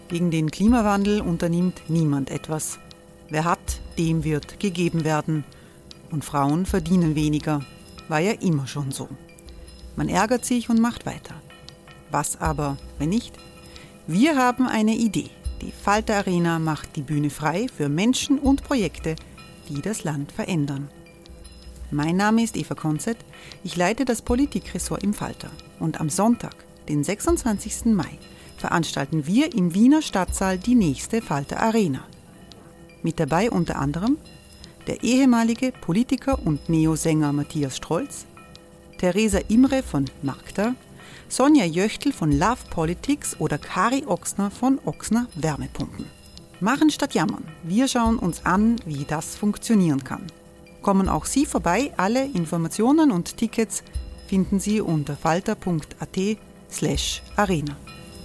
Gegen den Klimawandel unternimmt niemand etwas. Wer hat, dem wird gegeben werden. Und Frauen verdienen weniger. War ja immer schon so. Man ärgert sich und macht weiter. Was aber, wenn nicht? Wir haben eine Idee. Die Falter Arena macht die Bühne frei für Menschen und Projekte, die das Land verändern. Mein Name ist Eva Konzett, ich leite das Politikressort im Falter. Und am Sonntag, den 26. Mai, veranstalten wir im Wiener Stadtsaal die nächste Falter Arena. Mit dabei unter anderem der ehemalige Politiker und Neosänger Matthias Strolz, Theresa Imre von Magda, Sonja Jöchtl von Love Politics oder Kari Ochsner von Ochsner Wärmepumpen. Machen statt jammern. Wir schauen uns an, wie das funktionieren kann. Kommen auch Sie vorbei. Alle Informationen und Tickets finden Sie unter falter.at/arena.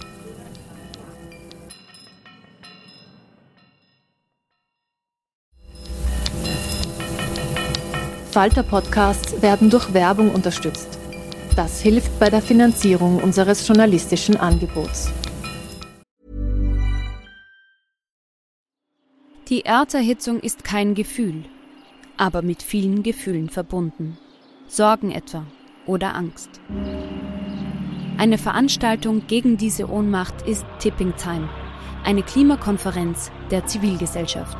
Falter-Podcasts werden durch Werbung unterstützt. Das hilft bei der Finanzierung unseres journalistischen Angebots. Die Erderhitzung ist kein Gefühl, aber mit vielen Gefühlen verbunden. Sorgen etwa oder Angst. Eine Veranstaltung gegen diese Ohnmacht ist Tipping Time, eine Klimakonferenz der Zivilgesellschaft.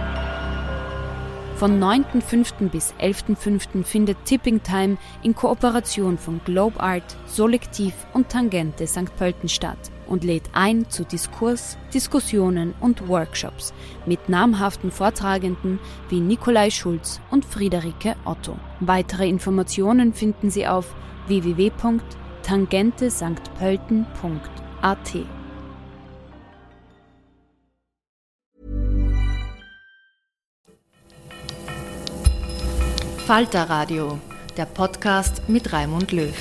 Von 9.5. bis 11.5. findet Tipping Time in Kooperation von Globe Art, Solektiv und Tangente St. Pölten statt und lädt ein zu Diskurs, Diskussionen und Workshops mit namhaften Vortragenden wie Nikolai Schulz und Friederike Otto. Weitere Informationen finden Sie auf www.tangentesanktpölten.at. Falter Radio, der Podcast mit Raimund Löw.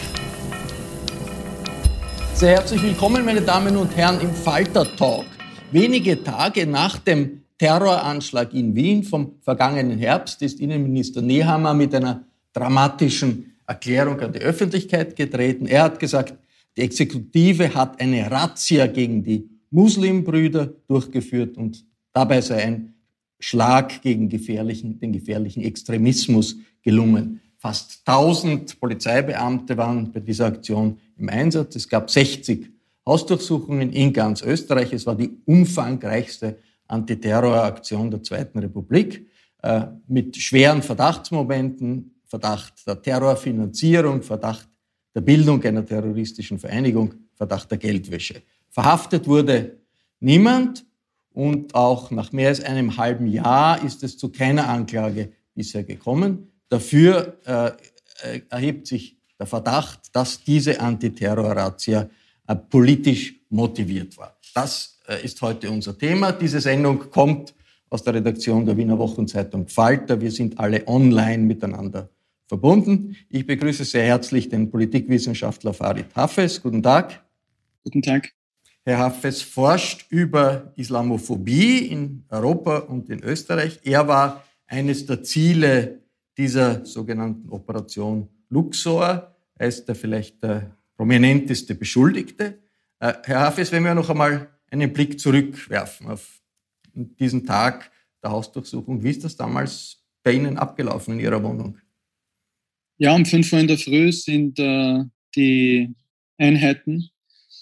Sehr herzlich willkommen, meine Damen und Herren, im Falter Talk. Wenige Tage nach dem Terroranschlag in Wien vom vergangenen Herbst ist Innenminister Nehammer mit einer dramatischen Erklärung an die Öffentlichkeit getreten. Er hat gesagt, die Exekutive hat eine Razzia gegen die Muslimbrüder durchgeführt und dabei sei ein Schlag gegen den gefährlichen Extremismus gelungen. Fast 1000 Polizeibeamte waren bei dieser Aktion im Einsatz. Es gab 60 Hausdurchsuchungen in ganz Österreich. Es war die umfangreichste Antiterroraktion der Zweiten Republik mit schweren Verdachtsmomenten, Verdacht der Terrorfinanzierung, Verdacht der Bildung einer terroristischen Vereinigung, Verdacht der Geldwäsche. Verhaftet wurde niemand und auch nach mehr als einem halben Jahr ist es zu keiner Anklage bisher gekommen. Dafür erhebt sich der Verdacht, dass diese Antiterror-Razzia politisch motiviert war. Das ist heute unser Thema. Diese Sendung kommt aus der Redaktion der Wiener Wochenzeitung Falter. Wir sind alle online miteinander verbunden. Ich begrüße sehr herzlich den Politikwissenschaftler Farid Hafez. Guten Tag. Guten Tag. Herr Hafez forscht über Islamophobie in Europa und in Österreich. Er war eines der Ziele dieser sogenannten Operation Luxor. Er ist vielleicht der prominenteste Beschuldigte. Herr Hafez, wenn wir noch einmal einen Blick zurückwerfen auf diesen Tag der Hausdurchsuchung, wie ist das damals bei Ihnen abgelaufen in Ihrer Wohnung? Ja, um 5 Uhr in der Früh sind die Einheiten,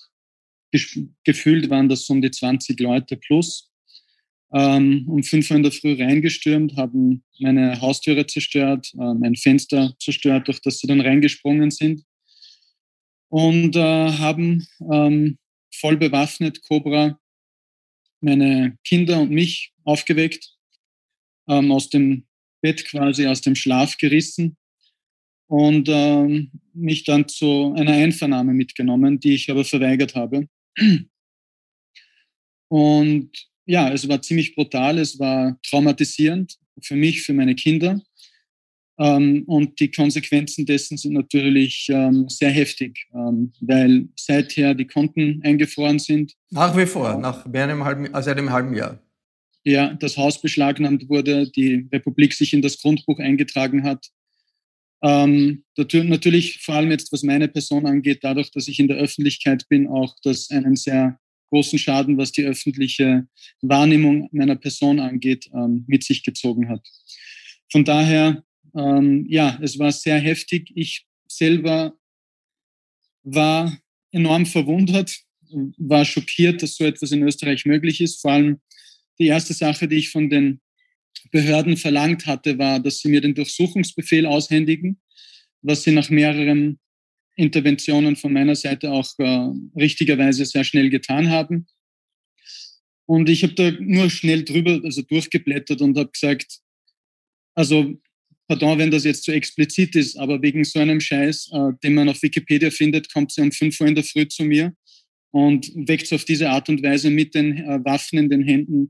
gefühlt waren das um die 20 Leute plus, um 5 Uhr in der Früh reingestürmt, haben meine Haustüre zerstört, ein Fenster zerstört, durch das sie dann reingesprungen sind und haben voll bewaffnet Cobra meine Kinder und mich aufgeweckt, aus dem Bett quasi, aus dem Schlaf gerissen und mich dann zu einer Einvernahme mitgenommen, die ich aber verweigert habe. Und ja, es war ziemlich brutal, es war traumatisierend für mich, für meine Kinder. Und die Konsequenzen dessen sind natürlich sehr heftig, weil seither die Konten eingefroren sind. Nach wie vor, nach einem halben Jahr. Ja, das Haus beschlagnahmt wurde, die Republik sich in das Grundbuch eingetragen hat. Natürlich vor allem jetzt, was meine Person angeht, dadurch, dass ich in der Öffentlichkeit bin, auch das einen sehr großen Schaden, was die öffentliche Wahrnehmung meiner Person angeht, mit sich gezogen hat. Von daher, es war sehr heftig. Ich selber war enorm verwundert, war schockiert, dass so etwas in Österreich möglich ist. Vor allem die erste Sache, die ich von den Behörden verlangt hatte, war, dass sie mir den Durchsuchungsbefehl aushändigen, was sie nach mehreren Interventionen von meiner Seite auch richtigerweise sehr schnell getan haben. Und ich habe da nur schnell durchgeblättert und habe gesagt, also, pardon, wenn das jetzt so explizit ist, aber wegen so einem Scheiß, den man auf Wikipedia findet, kommt sie um 5 Uhr in der Früh zu mir und weckt auf diese Art und Weise mit den Waffen in den Händen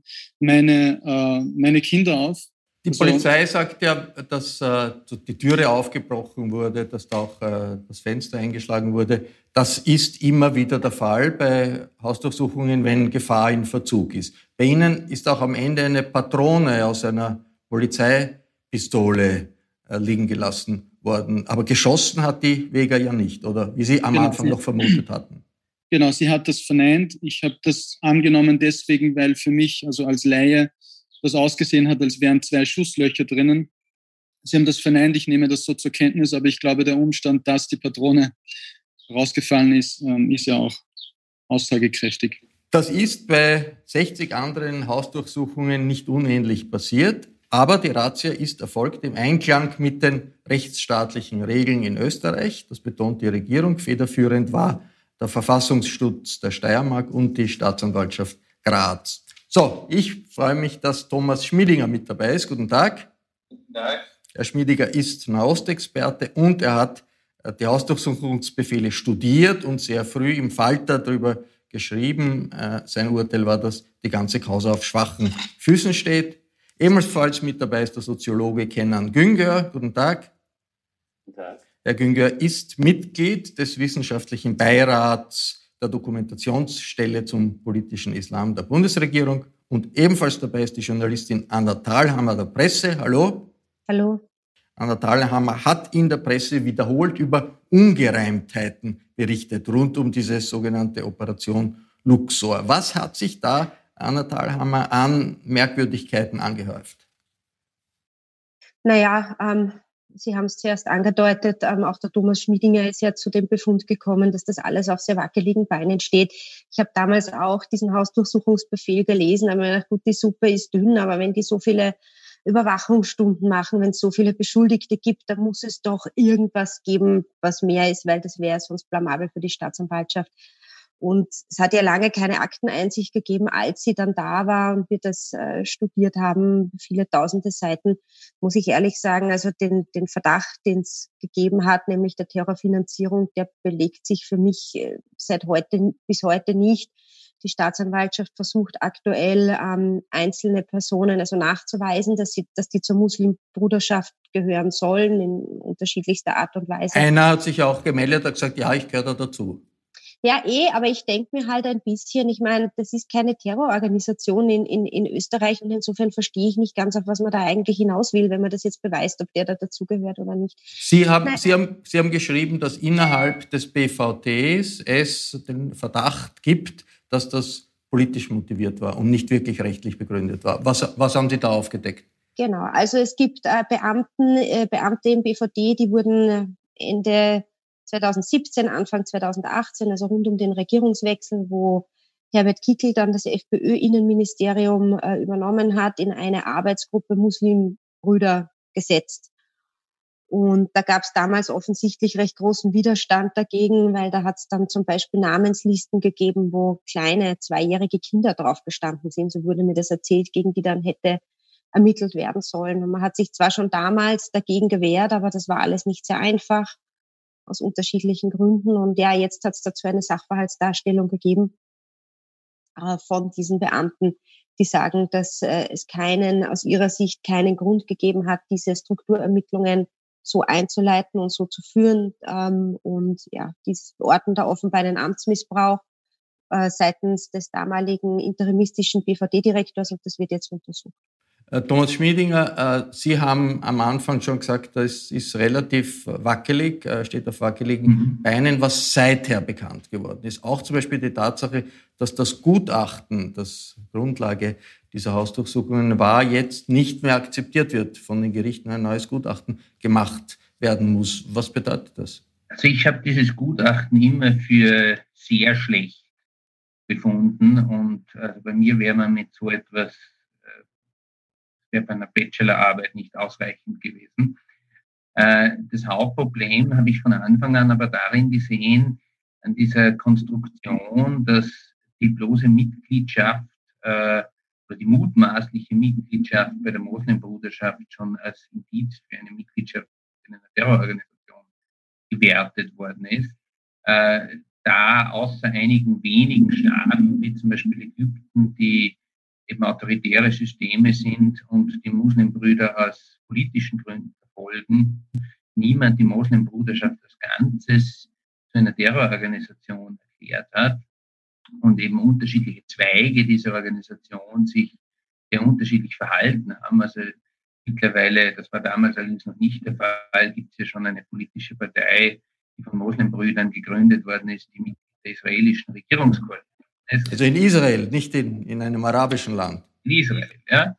meine Kinder auf. Die Polizei sagt ja, dass die Türe aufgebrochen wurde, dass da auch das Fenster eingeschlagen wurde. Das ist immer wieder der Fall bei Hausdurchsuchungen, wenn Gefahr in Verzug ist. Bei Ihnen ist auch am Ende eine Patrone aus einer Polizeipistole liegen gelassen worden. Aber geschossen hat die Vega ja nicht, oder wie Sie am Anfang noch vermutet hatten. Genau, sie hat das verneint. Ich habe das angenommen deswegen, weil für mich, also als Laie, das ausgesehen hat, als wären 2 Schusslöcher drinnen. Sie haben das verneint, ich nehme das so zur Kenntnis, aber ich glaube, der Umstand, dass die Patrone rausgefallen ist, ist ja auch aussagekräftig. Das ist bei 60 anderen Hausdurchsuchungen nicht unähnlich passiert, aber die Razzia ist erfolgt im Einklang mit den rechtsstaatlichen Regeln in Österreich. Das betont die Regierung. Federführend war der Verfassungsschutz der Steiermark und die Staatsanwaltschaft Graz. So, ich freue mich, dass Thomas Schmiedinger mit dabei ist. Guten Tag. Guten Tag. Herr Schmiedinger ist Nahostexperte und er hat die Hausdurchsuchungsbefehle studiert und sehr früh im Falter darüber geschrieben. Sein Urteil war, dass die ganze Causa auf schwachen Füßen steht. Ebenfalls mit dabei ist der Soziologe Kenan Güngör. Guten Tag. Guten Tag. Herr Güngör ist Mitglied des wissenschaftlichen Beirats der Dokumentationsstelle zum politischen Islam der Bundesregierung. Und ebenfalls dabei ist die Journalistin Anna Thalhammer der Presse. Hallo. Hallo. Anna Thalhammer hat in der Presse wiederholt über Ungereimtheiten berichtet rund um diese sogenannte Operation Luxor. Was hat sich da, Anna Thalhammer, an Merkwürdigkeiten angehäuft? Naja, Sie haben es zuerst angedeutet, auch der Thomas Schmiedinger ist ja zu dem Befund gekommen, dass das alles auf sehr wackeligen Beinen steht. Ich habe damals auch diesen Hausdurchsuchungsbefehl gelesen, aber mir gedacht, gut, die Suppe ist dünn, aber wenn die so viele Überwachungsstunden machen, wenn es so viele Beschuldigte gibt, dann muss es doch irgendwas geben, was mehr ist, weil das wäre sonst blamabel für die Staatsanwaltschaft. Und es hat ja lange keine Akteneinsicht gegeben, als sie dann da war und wir das studiert haben, viele tausende Seiten, muss ich ehrlich sagen, also den Verdacht, den es gegeben hat, nämlich der Terrorfinanzierung, der belegt sich für mich bis heute nicht. Die Staatsanwaltschaft versucht aktuell einzelne Personen also nachzuweisen, dass die zur Muslimbruderschaft gehören sollen in unterschiedlichster Art und Weise. Einer hat sich auch gemeldet, hat gesagt, ja, ich gehöre da dazu. Ja, aber ich denke mir halt ein bisschen, ich meine, das ist keine Terrororganisation in Österreich und insofern verstehe ich nicht ganz, auf was man da eigentlich hinaus will, wenn man das jetzt beweist, ob der da dazugehört oder nicht. Sie haben geschrieben, dass innerhalb des BVTs es den Verdacht gibt, dass das politisch motiviert war und nicht wirklich rechtlich begründet war. Was haben Sie da aufgedeckt? Genau, also es gibt Beamte im BVT, die wurden Ende 2017, Anfang 2018, also rund um den Regierungswechsel, wo Herbert Kickl dann das FPÖ-Innenministerium übernommen hat, in eine Arbeitsgruppe Muslimbrüder gesetzt. Und da gab es damals offensichtlich recht großen Widerstand dagegen, weil da hat es dann zum Beispiel Namenslisten gegeben, wo kleine 2-jährige Kinder drauf gestanden sind, so wurde mir das erzählt, gegen die dann hätte ermittelt werden sollen. Und man hat sich zwar schon damals dagegen gewehrt, aber das war alles nicht sehr einfach, aus unterschiedlichen Gründen. Und ja, jetzt hat es dazu eine Sachverhaltsdarstellung gegeben von diesen Beamten, die sagen, dass es aus ihrer Sicht keinen Grund gegeben hat, diese Strukturermittlungen so einzuleiten und so zu führen. Und ja, die orten da offenbar einen Amtsmissbrauch seitens des damaligen interimistischen BVD-Direktors und das wird jetzt untersucht. Thomas Schmiedinger, Sie haben am Anfang schon gesagt, das ist relativ wackelig, steht auf wackeligen Beinen, was seither bekannt geworden ist. Auch zum Beispiel die Tatsache, dass das Gutachten, das Grundlage dieser Hausdurchsuchungen war, jetzt nicht mehr akzeptiert wird von den Gerichten, ein neues Gutachten gemacht werden muss. Was bedeutet das? Also ich habe dieses Gutachten immer für sehr schlecht befunden und bei mir wäre man mit so etwas wäre bei einer Bachelorarbeit nicht ausreichend gewesen. Das Hauptproblem habe ich von Anfang an aber darin gesehen, an dieser Konstruktion, dass die bloße Mitgliedschaft oder die mutmaßliche Mitgliedschaft bei der Moslembruderschaft schon als Indiz für eine Mitgliedschaft in einer Terrororganisation gewertet worden ist. Da außer einigen wenigen Staaten, wie zum Beispiel Ägypten, die eben autoritäre Systeme sind und die Muslimbrüder aus politischen Gründen verfolgen, niemand die Moslembruderschaft als Ganzes zu einer Terrororganisation erklärt hat und eben unterschiedliche Zweige dieser Organisation sich sehr unterschiedlich verhalten haben. Also mittlerweile, das war damals allerdings noch nicht der Fall, gibt es ja schon eine politische Partei, die von Muslimbrüdern gegründet worden ist, die Mitglied der israelischen Regierungskoalition. Also in Israel, nicht in einem arabischen Land. In Israel, ja.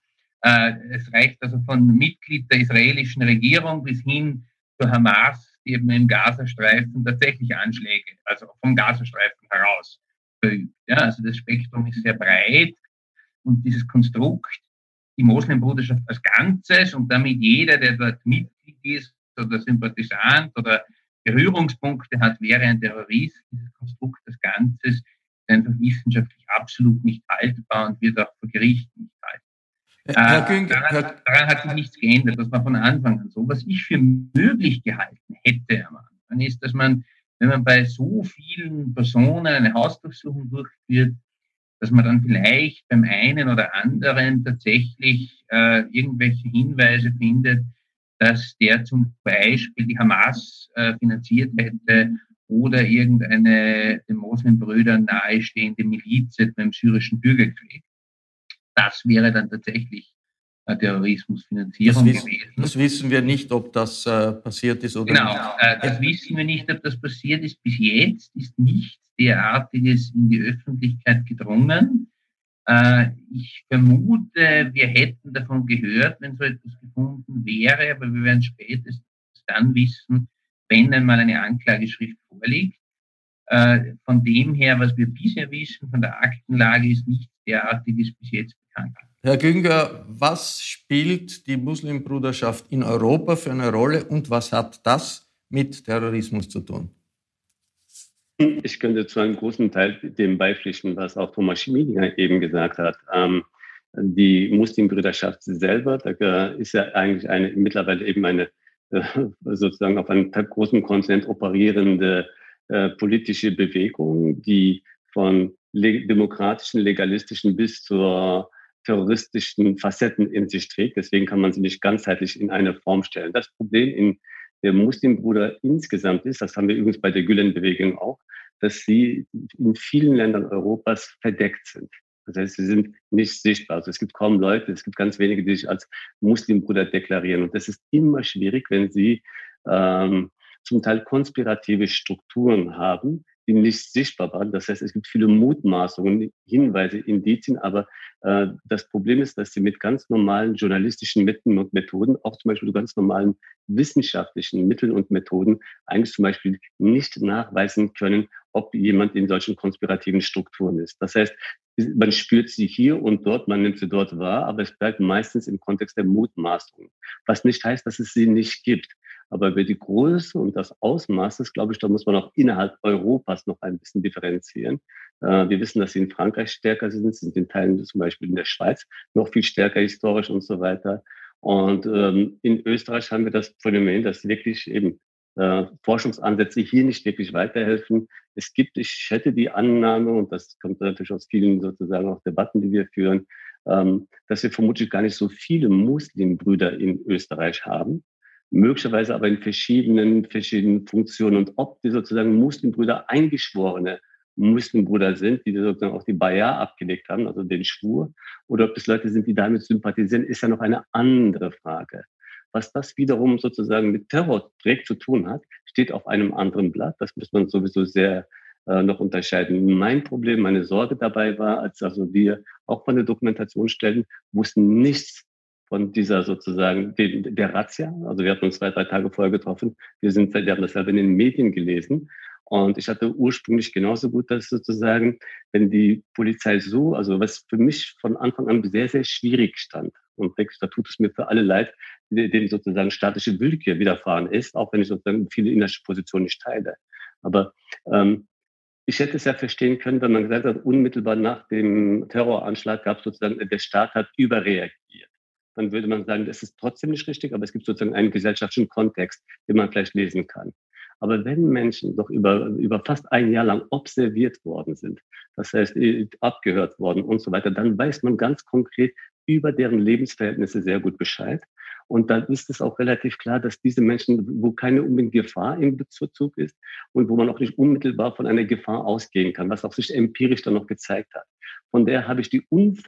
Es reicht also von Mitglied der israelischen Regierung bis hin zur Hamas, die eben im Gazastreifen tatsächlich Anschläge, also vom Gazastreifen heraus verübt. Ja, also das Spektrum ist sehr breit und dieses Konstrukt, die Moslembruderschaft als Ganzes und damit jeder, der dort Mitglied ist oder Sympathisant oder Berührungspunkte hat, wäre ein Terrorist. Dieses Konstrukt als Ganzes einfach wissenschaftlich absolut nicht haltbar und wird auch vor Gericht nicht haltbar. Daran hat sich nichts geändert. Das war von Anfang an so. Was ich für möglich gehalten hätte am Anfang ist, dass man, wenn man bei so vielen Personen eine Hausdurchsuchung durchführt, dass man dann vielleicht beim einen oder anderen tatsächlich irgendwelche Hinweise findet, dass der zum Beispiel die Hamas finanziert hätte oder irgendeine den Moslembrüdern nahestehende Miliz etwa im syrischen Bürgerkrieg. Das wäre dann tatsächlich Terrorismusfinanzierung gewesen. Das wissen wir nicht, ob das passiert ist oder nicht. Genau, das wissen wir nicht, ob das passiert ist. Bis jetzt ist nichts derartiges in die Öffentlichkeit gedrungen. Ich vermute, wir hätten davon gehört, wenn so etwas gefunden wäre, aber wir werden spätestens dann wissen, wenn einmal eine Anklageschrift vorliegt. Von dem her, was wir bisher wissen, von der Aktenlage ist nichts derartiges bis jetzt bekannt. Herr Günger, was spielt die Muslimbruderschaft in Europa für eine Rolle und was hat das mit Terrorismus zu tun? Ich könnte zu einem großen Teil dem beipflichten, was auch Thomas Schmiedinger eben gesagt hat. Die Muslimbrüderschaft selber, da ist ja eigentlich mittlerweile eben eine sozusagen auf einem großen Kontinent operierende politische Bewegung, die von demokratischen, legalistischen bis zur terroristischen Facetten in sich trägt. Deswegen kann man sie nicht ganzheitlich in eine Form stellen. Das Problem in der Muslimbruder insgesamt ist, das haben wir übrigens bei der Gülen-Bewegung auch, dass sie in vielen Ländern Europas verdeckt sind. Das heißt, sie sind nicht sichtbar. Also es gibt kaum Leute, es gibt ganz wenige, die sich als Muslimbruder deklarieren. Und das ist immer schwierig, wenn sie zum Teil konspirative Strukturen haben, die nicht sichtbar waren. Das heißt, es gibt viele Mutmaßungen, Hinweise, Indizien, aber das Problem ist, dass sie mit ganz normalen journalistischen Mitteln und Methoden, auch zum Beispiel ganz normalen wissenschaftlichen Mitteln und Methoden, eigentlich zum Beispiel nicht nachweisen können, ob jemand in solchen konspirativen Strukturen ist. Das heißt, man spürt sie hier und dort, man nimmt sie dort wahr, aber es bleibt meistens im Kontext der Mutmaßungen. Was nicht heißt, dass es sie nicht gibt. Aber über die Größe und das Ausmaß, glaube ich, da muss man auch innerhalb Europas noch ein bisschen differenzieren. Wir wissen, dass sie in Frankreich stärker sind in Teilen zum Beispiel in der Schweiz noch viel stärker historisch und so weiter. Und in Österreich haben wir das Phänomen, dass wirklich eben Forschungsansätze hier nicht wirklich weiterhelfen. Ich hätte die Annahme, und das kommt natürlich aus vielen sozusagen auch Debatten, die wir führen, dass wir vermutlich gar nicht so viele Muslimbrüder in Österreich haben. Möglicherweise aber in verschiedenen Funktionen. Und ob die sozusagen Muslimbrüder Eingeschworene Muslimbruder sind, die sozusagen auch die Bay'a abgelegt haben, also den Schwur, oder ob es Leute sind, die damit sympathisieren, ist ja noch eine andere Frage. Was das wiederum sozusagen mit Terror direkt zu tun hat, steht auf einem anderen Blatt. Das muss man sowieso sehr noch unterscheiden. Mein Problem, meine Sorge dabei war, als also wir auch von der Dokumentation stellen, wussten nichts von dieser sozusagen der Razzia. Also wir hatten uns 2-3 Tage vorher getroffen. Wir haben das selber in den Medien gelesen. Und ich hatte ursprünglich genauso gut, dass sozusagen, wenn die Polizei so, also was für mich von Anfang an sehr, sehr schwierig stand. Und wirklich, da tut es mir für alle leid, denen sozusagen staatliche Willkür widerfahren ist, auch wenn ich sozusagen viele inhaltliche Positionen nicht teile. Aber ich hätte es ja verstehen können, wenn man gesagt hat, unmittelbar nach dem Terroranschlag gab es sozusagen, der Staat hat überreagiert. Dann würde man sagen, das ist trotzdem nicht richtig, aber es gibt sozusagen einen gesellschaftlichen Kontext, den man vielleicht lesen kann. Aber wenn Menschen doch über fast ein Jahr lang observiert worden sind, das heißt abgehört worden und so weiter, dann weiß man ganz konkret über deren Lebensverhältnisse sehr gut Bescheid. Und dann ist es auch relativ klar, dass diese Menschen, wo keine unbedingte Gefahr im Bezug ist und wo man auch nicht unmittelbar von einer Gefahr ausgehen kann, was auch sich empirisch dann noch gezeigt hat. Von daher habe ich die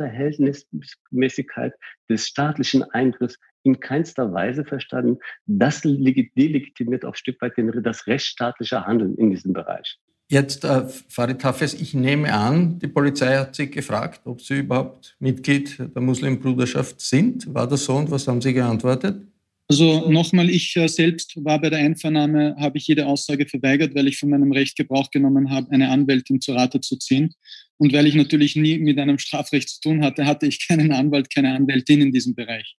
Unverhältnismäßigkeit des staatlichen Eingriffs in keinster Weise verstanden. Das delegitimiert auch ein Stück weit das rechtsstaatliche Handeln in diesem Bereich. Jetzt, Farid Hafez, ich nehme an, die Polizei hat Sie gefragt, ob Sie überhaupt Mitglied der Muslimbruderschaft sind. War das so und was haben Sie geantwortet? Also nochmal, ich selbst war bei der Einvernahme, habe ich jede Aussage verweigert, weil ich von meinem Recht Gebrauch genommen habe, eine Anwältin zu Rate zu ziehen. Und weil ich natürlich nie mit einem Strafrecht zu tun hatte, hatte ich keinen Anwalt, keine Anwältin in diesem Bereich.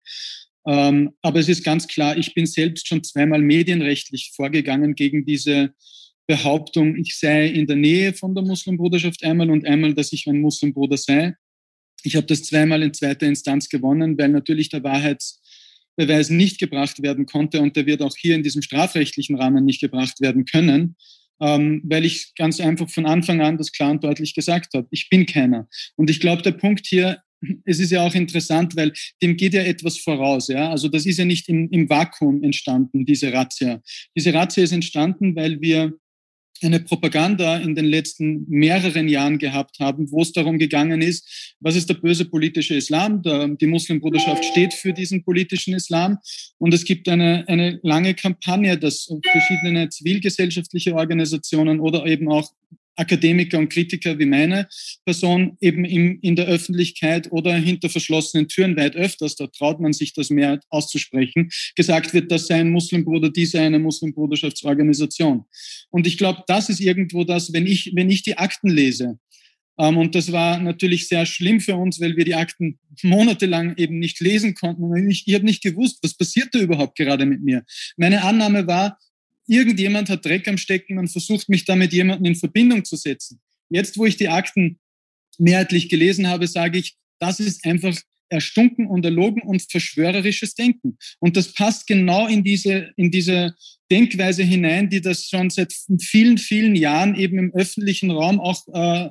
Aber es ist ganz klar, ich bin selbst schon 2-mal medienrechtlich vorgegangen gegen diese Behauptung, ich sei in der Nähe von der Muslimbruderschaft einmal und einmal, dass ich ein Muslimbruder sei. Ich habe das 2-mal in 2. Instanz gewonnen, weil natürlich der Wahrheitsbeweis nicht gebracht werden konnte und der wird auch hier in diesem strafrechtlichen Rahmen nicht gebracht werden können, weil ich ganz einfach von Anfang an das klar und deutlich gesagt habe, ich bin keiner. Und ich glaube, der Punkt hier, es ist ja auch interessant, weil dem geht ja etwas voraus. Ja? Also das ist ja nicht im Vakuum entstanden, diese Razzia. Diese Razzia ist entstanden, weil wir eine Propaganda in den letzten mehreren Jahren gehabt haben, wo es darum gegangen ist, was ist der böse politische Islam? Die Muslimbruderschaft steht für diesen politischen Islam. Und es gibt eine lange Kampagne, dass verschiedene zivilgesellschaftliche Organisationen oder eben auch Akademiker und Kritiker wie meine Person eben in der Öffentlichkeit oder hinter verschlossenen Türen weit öfters, da traut man sich das mehr auszusprechen, gesagt wird, das sei ein Muslimbruder, die sei eine Muslimbruderschaftsorganisation. Und ich glaube, das ist irgendwo das, wenn ich die Akten lese, und das war natürlich sehr schlimm für uns, weil wir die Akten monatelang eben nicht lesen konnten. Und ich habe nicht gewusst, was passiert da überhaupt gerade mit mir. Meine Annahme war, irgendjemand hat Dreck am Stecken und versucht, mich da mit jemandem in Verbindung zu setzen. Jetzt, wo ich die Akten mehrheitlich gelesen habe, sage ich, das ist einfach erstunken und erlogen und verschwörerisches Denken. Und das passt genau in diese Denkweise hinein, die das schon seit vielen, vielen Jahren eben im öffentlichen Raum auch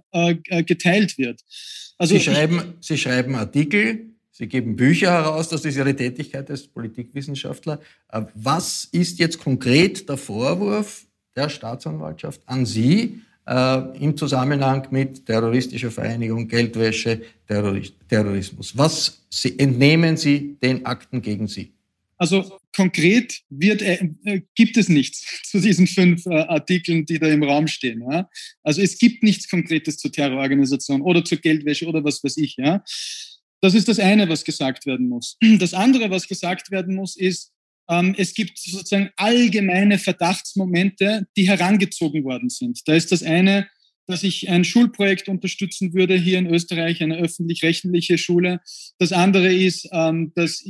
geteilt wird. Also Sie schreiben Artikel, Sie geben Bücher heraus, das ist Ihre Tätigkeit als Politikwissenschaftler. Was ist jetzt konkret der Vorwurf der Staatsanwaltschaft an Sie im Zusammenhang mit terroristischer Vereinigung, Geldwäsche, Terrorismus? Was entnehmen Sie den Akten gegen Sie? Also konkret gibt es nichts zu diesen 5 Artikeln, die da im Raum stehen. Ja? Also es gibt nichts Konkretes zur Terrororganisation oder zur Geldwäsche oder was weiß ich. Ja? Das ist das eine, was gesagt werden muss. Das andere, was gesagt werden muss, ist, es gibt sozusagen allgemeine Verdachtsmomente, die herangezogen worden sind. Da ist das eine, dass ich ein Schulprojekt unterstützen würde hier in Österreich, eine öffentlich-rechtliche Schule. Das andere ist, dass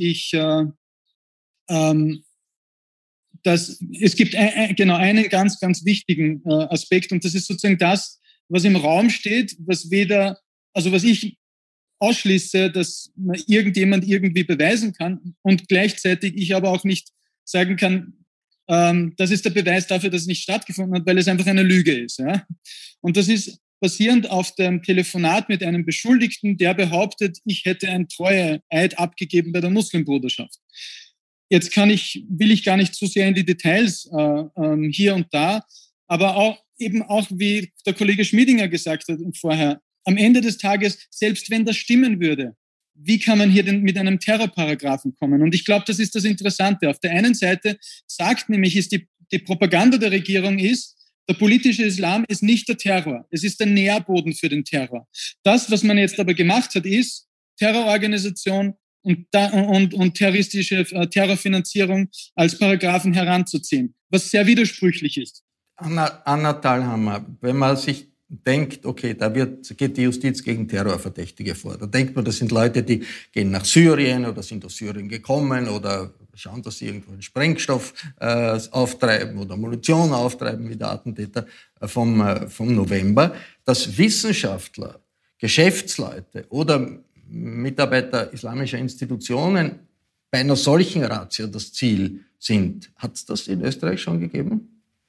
es gibt einen ganz, ganz wichtigen Aspekt und das ist sozusagen das, was im Raum steht, was ich ausschließe, dass man irgendjemand irgendwie beweisen kann und gleichzeitig ich aber auch nicht sagen kann, das ist der Beweis dafür, dass es nicht stattgefunden hat, weil es einfach eine Lüge ist. Ja? Und das ist basierend auf dem Telefonat mit einem Beschuldigten, der behauptet, ich hätte einen Treueeid abgegeben bei der Muslimbruderschaft. Jetzt will ich gar nicht zu sehr in die Details hier und da, Aber auch, wie der Kollege Schmiedinger gesagt hat vorher, am Ende des Tages, selbst wenn das stimmen würde, wie kann man hier denn mit einem Terrorparagraphen kommen? Und ich glaube, das ist das Interessante. Auf der einen Seite sagt nämlich, ist die Propaganda der Regierung ist, der politische Islam ist nicht der Terror. Es ist der Nährboden für den Terror. Das, was man jetzt aber gemacht hat, ist Terrororganisation und terroristische Terrorfinanzierung als Paragraphen heranzuziehen, was sehr widersprüchlich ist. Anna Thalhammer, wenn man sich denkt, okay, geht die Justiz gegen Terrorverdächtige vor. Da denkt man, das sind Leute, die gehen nach Syrien oder sind aus Syrien gekommen oder schauen, dass sie irgendwo einen Sprengstoff auftreiben oder Munition auftreiben, wie der Attentäter vom November. Dass Wissenschaftler, Geschäftsleute oder Mitarbeiter islamischer Institutionen bei einer solchen Ratio das Ziel sind. Hat es das in Österreich schon gegeben?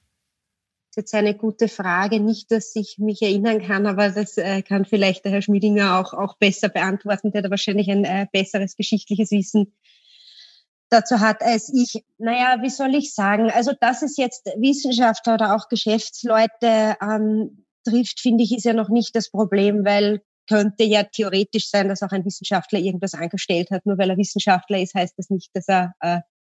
Das ist jetzt eine gute Frage. Nicht, dass ich mich erinnern kann, aber das kann vielleicht der Herr Schmiedinger auch besser beantworten, der da wahrscheinlich ein besseres geschichtliches Wissen dazu hat als ich. Naja, wie soll ich sagen? Also, dass es jetzt Wissenschaftler oder auch Geschäftsleute trifft, finde ich, ist ja noch nicht das Problem, weil könnte ja theoretisch sein, dass auch ein Wissenschaftler irgendwas angestellt hat. Nur weil er Wissenschaftler ist, heißt das nicht, dass er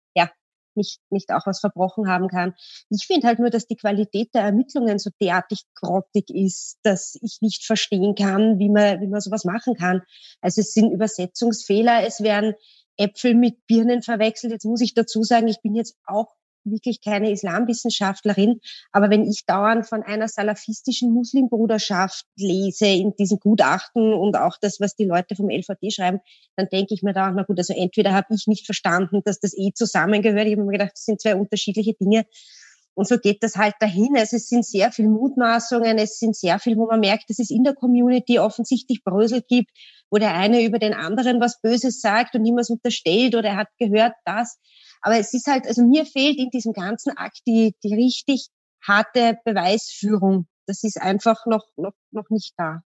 nicht auch was verbrochen haben kann. Ich finde halt nur, dass die Qualität der Ermittlungen so derartig grottig ist, dass ich nicht verstehen kann, wie man sowas machen kann. Also es sind Übersetzungsfehler, es werden Äpfel mit Birnen verwechselt. Jetzt muss ich dazu sagen, ich bin jetzt auch wirklich keine Islamwissenschaftlerin, aber wenn ich dauernd von einer salafistischen Muslimbruderschaft lese in diesen Gutachten und auch das, was die Leute vom LVD schreiben, dann denke ich mir da, na gut, also entweder habe ich nicht verstanden, dass das zusammengehört. Ich habe mir gedacht, das sind zwei unterschiedliche Dinge. Und so geht das halt dahin. Also es sind sehr viel Mutmaßungen, es sind sehr viel, wo man merkt, dass es in der Community offensichtlich Brösel gibt, wo der eine über den anderen was Böses sagt und ihm was unterstellt oder er hat gehört das. Aber es ist halt, also mir fehlt in diesem ganzen Akt die richtig harte Beweisführung. Das ist einfach noch nicht da.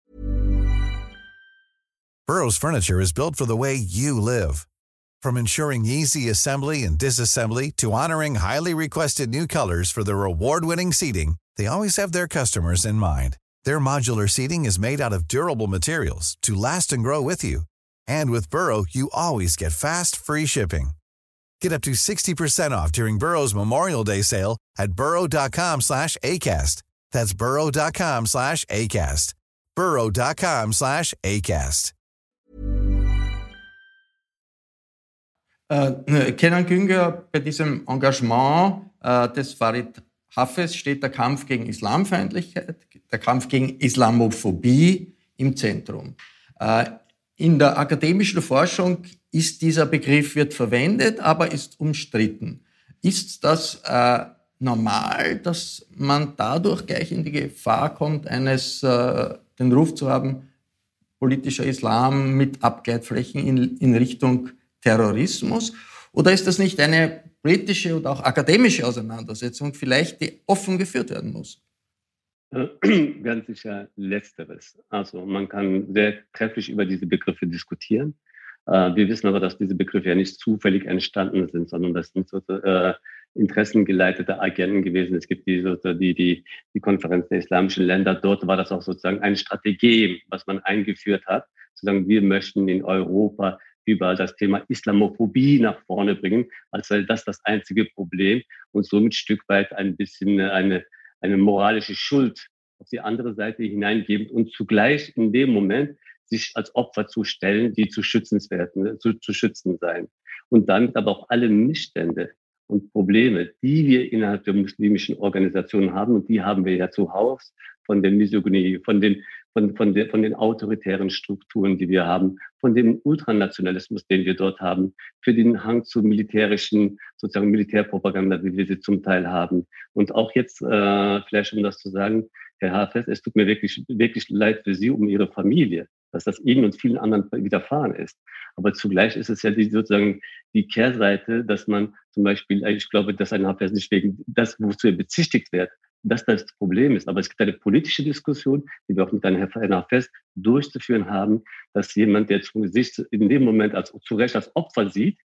Burrow's furniture is built for the way you live. From ensuring easy assembly and disassembly to honoring highly requested new colors for their award-winning seating, they always have their customers in mind. Their modular seating is made out of durable materials to last and grow with you. And with Burrow, you always get fast, free shipping. Get up to 60% off during Burrow's Memorial Day sale at burrow.com/ACAST. That's burrow.com/ACAST. burrow.com/ACAST. Kenan Güngör, bei diesem Engagement des Farid Hafez steht der Kampf gegen Islamfeindlichkeit, der Kampf gegen Islamophobie im Zentrum. In der akademischen Forschung ist dieser Begriff, wird verwendet, aber ist umstritten. Ist das normal, dass man dadurch gleich in die Gefahr kommt, den Ruf zu haben, politischer Islam mit Abgleitflächen in Richtung Terrorismus? Oder ist das nicht eine politische oder auch akademische Auseinandersetzung, vielleicht die offen geführt werden muss? Ganz sicher Letzteres. Also man kann sehr trefflich über diese Begriffe diskutieren. Wir wissen aber, dass diese Begriffe ja nicht zufällig entstanden sind, sondern das sind interessengeleitete Agenten gewesen. Es gibt die Konferenz der islamischen Länder. Dort war das auch sozusagen ein Strategie, was man eingeführt hat. Sozusagen, wir möchten in Europa überall das Thema Islamophobie nach vorne bringen, als sei das einzige Problem und somit Stück weit ein bisschen eine moralische Schuld auf die andere Seite hineingeben und zugleich in dem Moment sich als Opfer zu stellen, die zu schützen seien. Und damit aber auch alle Missstände und Probleme, die wir innerhalb der muslimischen Organisationen haben, und die haben wir ja zuhauf, von der Misogynie, von den autoritären Strukturen, die wir haben, von dem Ultranationalismus, den wir dort haben, für den Hang zu militärischen, sozusagen Militärpropaganda, wie wir sie zum Teil haben. Und auch jetzt, vielleicht um das zu sagen, Herr Hafez, es tut mir wirklich, wirklich leid für Sie, um Ihre Familie, dass das Ihnen und vielen anderen widerfahren ist. Aber zugleich ist es ja sozusagen die Kehrseite, dass man zum Beispiel, ich glaube, dass ein Hafez nicht wegen das, wozu er bezichtigt wird, dass das Problem ist. Aber es gibt eine politische Diskussion, die wir auch mit Herrn Hafez durchzuführen haben, dass jemand, der sich in dem Moment zu Recht als Opfer sieht,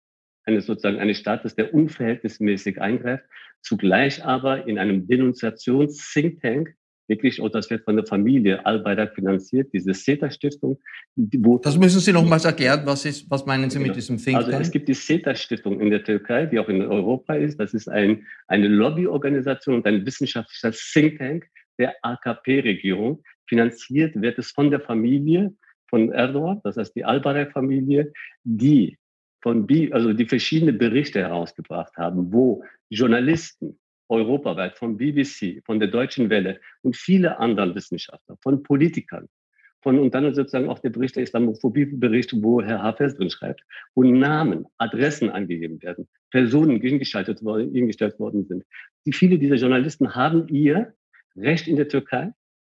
eines Staates, der unverhältnismäßig eingreift, zugleich aber in einem Denunziations-Think Tank wirklich, und das wird von der Familie Al-Bayrak finanziert, diese SETA-Stiftung. Das müssen Sie nochmals erklären, was meinen Sie mit diesem Think Tank? Also es gibt die SETA-Stiftung in der Türkei, die auch in Europa ist. Das ist eine Lobbyorganisation und ein wissenschaftlicher Think Tank der AKP-Regierung. Finanziert wird es von der Familie von Erdogan, das heißt die Al-Bayrak-Familie, die verschiedene Berichte herausgebracht haben, wo Journalisten europaweit von BBC, von der Deutschen Welle und viele anderen Wissenschaftler, von Politikern, und dann sozusagen auch der Bericht, der Islamophobie-Bericht, wo Herr Hafez drin schreibt, wo Namen, Adressen angegeben werden, Personen hingestellt worden sind. Viele dieser Journalisten haben ihr Recht in der Türkei,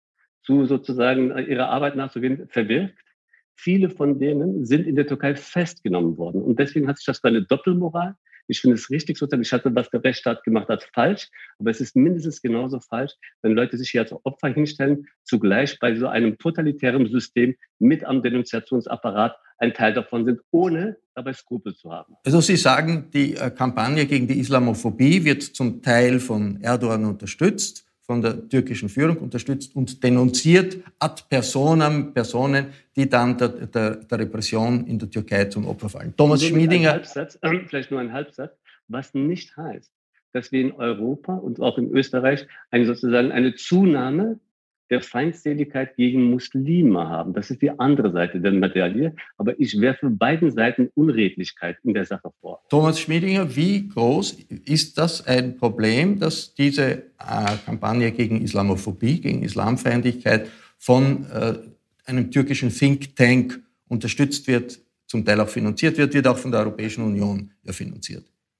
sozusagen ihrer Arbeit nachzugehen, verwirkt. Viele von denen sind in der Türkei festgenommen worden. Und deswegen hat sich das für eine Doppelmoral. Ich finde es richtig, sozusagen, ich hatte, was der Rechtsstaat gemacht hat, falsch. Aber es ist mindestens genauso falsch, wenn Leute sich hier als Opfer hinstellen, zugleich bei so einem totalitären System mit am Denunziationsapparat ein Teil davon sind, ohne dabei Skrupel zu haben. Also Sie sagen, die Kampagne gegen die Islamophobie wird zum Teil von Erdogan unterstützt, von der türkischen Führung unterstützt und denunziert ad personam Personen, die dann der Repression in der Türkei zum Opfer fallen. Thomas Schmiedinger. Vielleicht nur ein Halbsatz, was nicht heißt, dass wir in Europa und auch in Österreich eine Zunahme der Feindseligkeit gegen Muslime haben. Das ist die andere Seite der Medaille. Aber ich werfe beiden Seiten Unredlichkeit in der Sache vor. Thomas Schmiedinger, wie groß ist das ein Problem, dass diese Kampagne gegen Islamophobie, gegen Islamfeindlichkeit von einem türkischen Think Tank unterstützt wird, zum Teil auch finanziert wird auch von der Europäischen Union finanziert?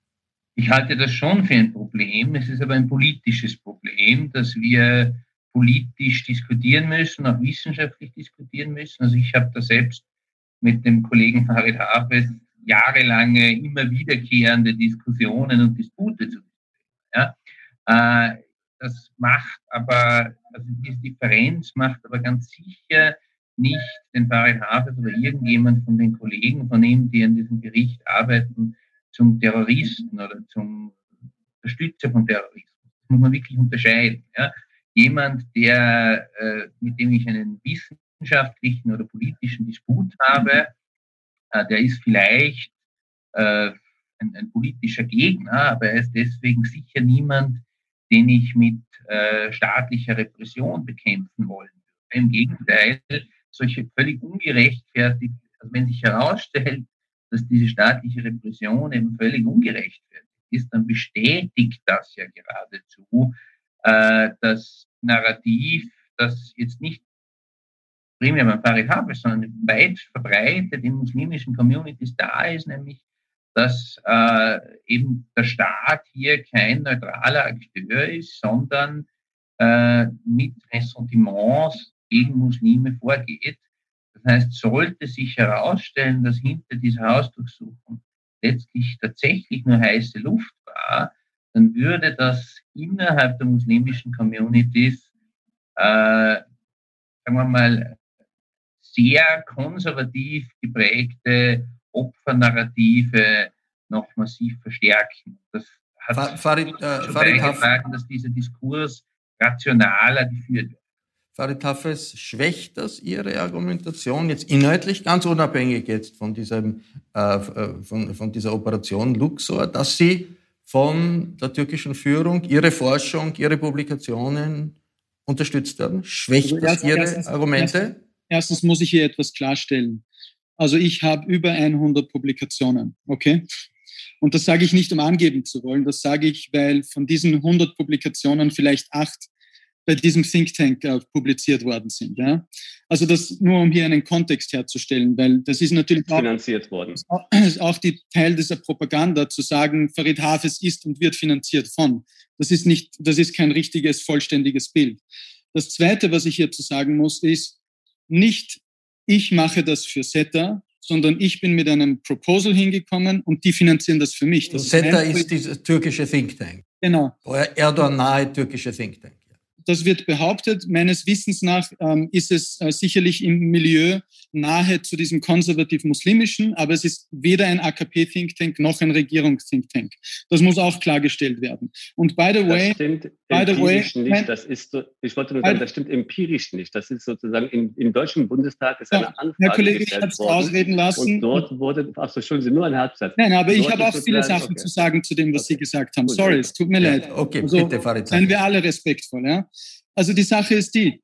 Ich halte das schon für ein Problem. Es ist aber ein politisches Problem, dass wir politisch diskutieren müssen, auch wissenschaftlich diskutieren müssen. Also ich habe da selbst mit dem Kollegen Farid Hafez jahrelange immer wiederkehrende Diskussionen und Dispute zu führen. Ja? Das macht aber, also diese Differenz macht aber ganz sicher nicht den Farid Hafez oder irgendjemand von den Kollegen von ihm, die an diesem Bericht arbeiten, zum Terroristen oder zum Unterstützer von Terrorismus. Das muss man wirklich unterscheiden. Ja? Jemand, mit dem ich einen wissenschaftlichen oder politischen Disput habe, der ist vielleicht ein politischer Gegner, aber er ist deswegen sicher niemand, den ich mit staatlicher Repression bekämpfen wollen würde. Im Gegenteil, solche völlig ungerechtfertigt, also wenn sich herausstellt, dass diese staatliche Repression eben völlig ungerechtfertigt ist, dann bestätigt das ja geradezu das Narrativ, das jetzt nicht primär beim Farid Hafez, sondern weit verbreitet in muslimischen Communities da ist, nämlich, dass eben der Staat hier kein neutraler Akteur ist, sondern mit Ressentiments gegen Muslime vorgeht. Das heißt, sollte sich herausstellen, dass hinter dieser Hausdurchsuchung letztlich tatsächlich nur heiße Luft war, dann würde das innerhalb der muslimischen Communities, sagen wir mal, sehr konservativ geprägte Opfernarrative noch massiv verstärken. Das hat schon beigetragen, dass dieser Diskurs rationaler geführt wird. Farid Hafez, schwächt das Ihre Argumentation jetzt inhaltlich, ganz unabhängig jetzt von dieser Operation Luxor, dass Sie von der türkischen Führung, Ihre Forschung, Ihre Publikationen unterstützt werden? Schwächt das Ihre Argumente? Erstens muss ich hier etwas klarstellen. Also ich habe über 100 Publikationen, okay? Und das sage ich nicht, um angeben zu wollen. Das sage ich, weil von diesen 100 Publikationen vielleicht 8 bei diesem Think Tank publiziert worden sind. Ja? Also das nur, um hier einen Kontext herzustellen, weil das ist natürlich finanziert worden. Auch die Teil dieser Propaganda, zu sagen, Farid Hafez ist und wird finanziert von. Das ist kein richtiges, vollständiges Bild. Das Zweite, was ich hier zu sagen muss, ist, nicht ich mache das für SETA, sondern ich bin mit einem Proposal hingekommen und die finanzieren das für mich. SETA ist dieses türkische Think Tank. Genau. Erdogan-nahe türkische Think Tank. das wird behauptet. Meines Wissens nach ist es sicherlich im Milieu nahe zu diesem konservativ-muslimischen, aber es ist weder ein AKP-Think Tank noch ein Regierungs-Think Tank. Das muss auch klargestellt werden. Und by the way, ich wollte nur sagen, das stimmt empirisch nicht. Das ist sozusagen im Deutschen Bundestag ist eine Anfrage Herr Kollege, gestellt ich habe es worden. ausreden lassen. Und dort wurde, Entschuldigen Sie, nur ein Halbsatz. Nein, aber ich habe auch viele Sachen zu sagen zu dem, was Sie gesagt haben. Sorry, es tut mir leid. Okay, also, bitte, Farid. Seien wir alle respektvoll. Ja? Also die Sache ist die,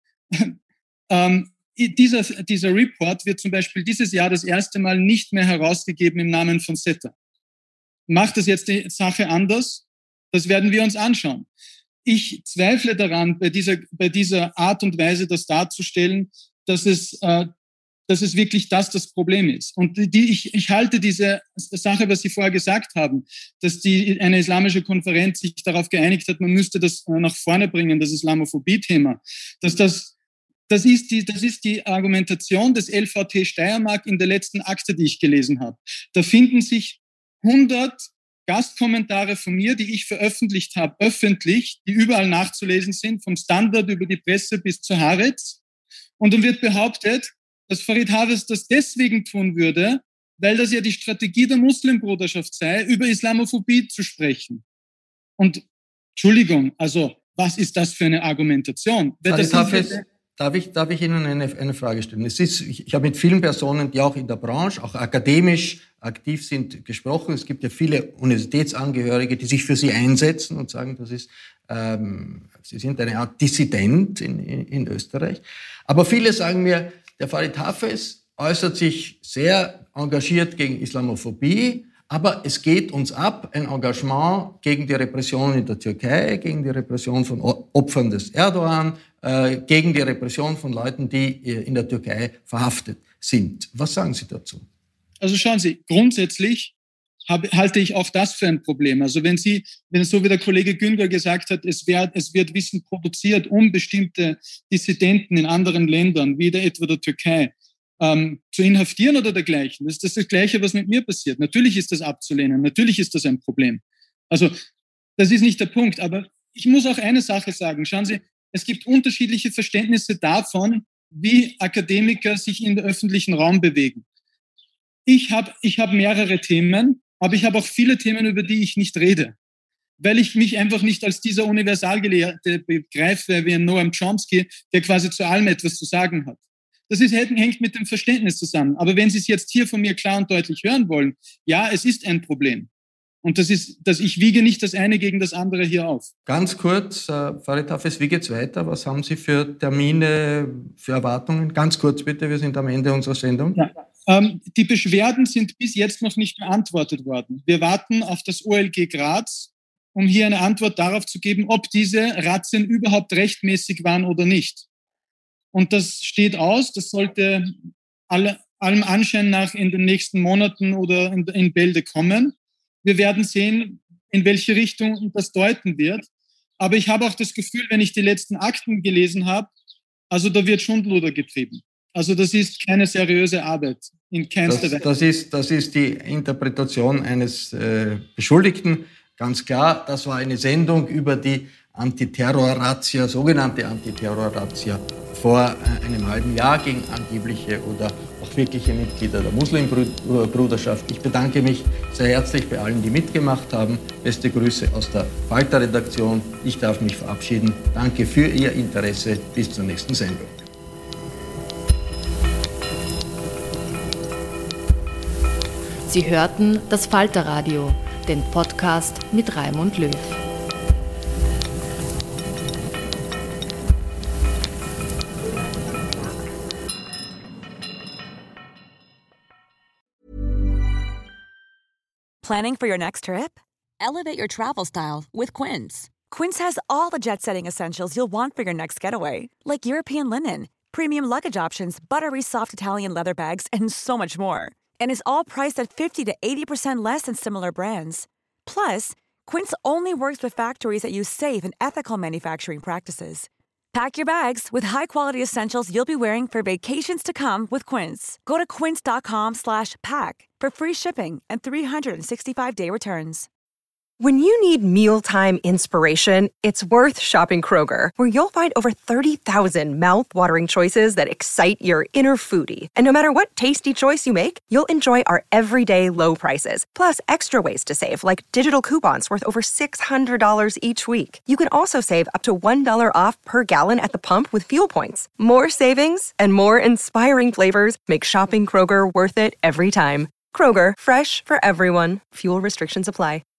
dieser Report wird zum Beispiel dieses Jahr das erste Mal nicht mehr herausgegeben im Namen von SETA. Macht das jetzt die Sache anders? Das werden wir uns anschauen. Ich zweifle daran, bei dieser Art und Weise das darzustellen, dass es wirklich das Problem ist. Und ich halte diese Sache, was Sie vorher gesagt haben, dass eine islamische Konferenz sich darauf geeinigt hat, man müsste das nach vorne bringen, das Islamophobie-Thema, das ist die Argumentation des LVT Steiermark in der letzten Akte, die ich gelesen habe. Da finden sich 100 Gastkommentare von mir, die ich veröffentlicht habe, öffentlich, die überall nachzulesen sind, vom Standard über die Presse bis zur Haaretz. Und dann wird behauptet, dass Farid Hafez das deswegen tun würde, weil das ja die Strategie der Muslimbruderschaft sei, über Islamophobie zu sprechen. Und Entschuldigung, also was ist das für eine Argumentation? Farid Hafez, darf ich Ihnen eine Frage stellen? Ich habe mit vielen Personen, die auch in der Branche, auch akademisch aktiv sind, gesprochen. Es gibt ja viele Universitätsangehörige, die sich für Sie einsetzen und sagen, Sie sind eine Art Dissident in Österreich. Aber viele sagen mir, der Farid Hafez äußert sich sehr engagiert gegen Islamophobie, aber es geht uns ab, ein Engagement gegen die Repression in der Türkei, gegen die Repression von Opfern des Erdogan, gegen die Repression von Leuten, die in der Türkei verhaftet sind. Was sagen Sie dazu? Also schauen Sie, grundsätzlich halte ich auch das für ein Problem. Also wenn so wie der Kollege Güngör gesagt hat, es wird Wissen produziert, um bestimmte Dissidenten in anderen Ländern, wie etwa der Türkei, zu inhaftieren oder dergleichen. Das ist das Gleiche, was mit mir passiert. Natürlich ist das abzulehnen, natürlich ist das ein Problem. Also das ist nicht der Punkt, aber ich muss auch eine Sache sagen. Schauen Sie, es gibt unterschiedliche Verständnisse davon, wie Akademiker sich in den öffentlichen Raum bewegen. Ich hab mehrere Themen, aber ich habe auch viele Themen, über die ich nicht rede, weil ich mich einfach nicht als dieser Universalgelehrte begreife, wie ein Noam Chomsky, der quasi zu allem etwas zu sagen hat. Das hängt mit dem Verständnis zusammen. Aber wenn Sie es jetzt hier von mir klar und deutlich hören wollen, ja, es ist ein Problem. Und das ist, dass ich wiege nicht das eine gegen das andere hier auf. Ganz kurz, Farid Hafez, wie geht's weiter? Was haben Sie für Termine, für Erwartungen? Ganz kurz bitte, wir sind am Ende unserer Sendung. Ja. Die Beschwerden sind bis jetzt noch nicht beantwortet worden. Wir warten auf das OLG Graz, um hier eine Antwort darauf zu geben, ob diese Razzien überhaupt rechtmäßig waren oder nicht. Und das steht aus, das sollte allem Anschein nach in den nächsten Monaten oder in Bälde kommen. Wir werden sehen, in welche Richtung das deuten wird. Aber ich habe auch das Gefühl, wenn ich die letzten Akten gelesen habe, also da wird Schundluder getrieben. Also das ist keine seriöse Arbeit in keinster Weise. Das ist die Interpretation eines Beschuldigten. Ganz klar, das war eine Sendung über die Antiterror-Razzia, sogenannte Antiterror-Razzia vor einem halben Jahr gegen angebliche oder auch wirkliche Mitglieder der Muslimbruderschaft. Ich bedanke mich sehr herzlich bei allen, die mitgemacht haben. Beste Grüße aus der Falter-Redaktion. Ich darf mich verabschieden. Danke für Ihr Interesse. Bis zur nächsten Sendung. Sie hörten das Falter-Radio, den Podcast mit Raimund Löw. Planning for your next trip? Elevate your travel style with Quince. Quince has all the jet-setting essentials you'll want for your next getaway, like European linen, premium luggage options, buttery soft Italian leather bags, and so much more. And is all priced at 50 to 80% less than similar brands. Plus, Quince only works with factories that use safe and ethical manufacturing practices. Pack your bags with high-quality essentials you'll be wearing for vacations to come with Quince. Go to quince.com/pack for free shipping and 365-day returns. When you need mealtime inspiration, it's worth shopping Kroger, where you'll find over 30,000 mouth-watering choices that excite your inner foodie. And no matter what tasty choice you make, you'll enjoy our everyday low prices, plus extra ways to save, like digital coupons worth over $600 each week. You can also save up to $1 off per gallon at the pump with fuel points. More savings and more inspiring flavors make shopping Kroger worth it every time. Kroger, fresh for everyone. Fuel restrictions apply.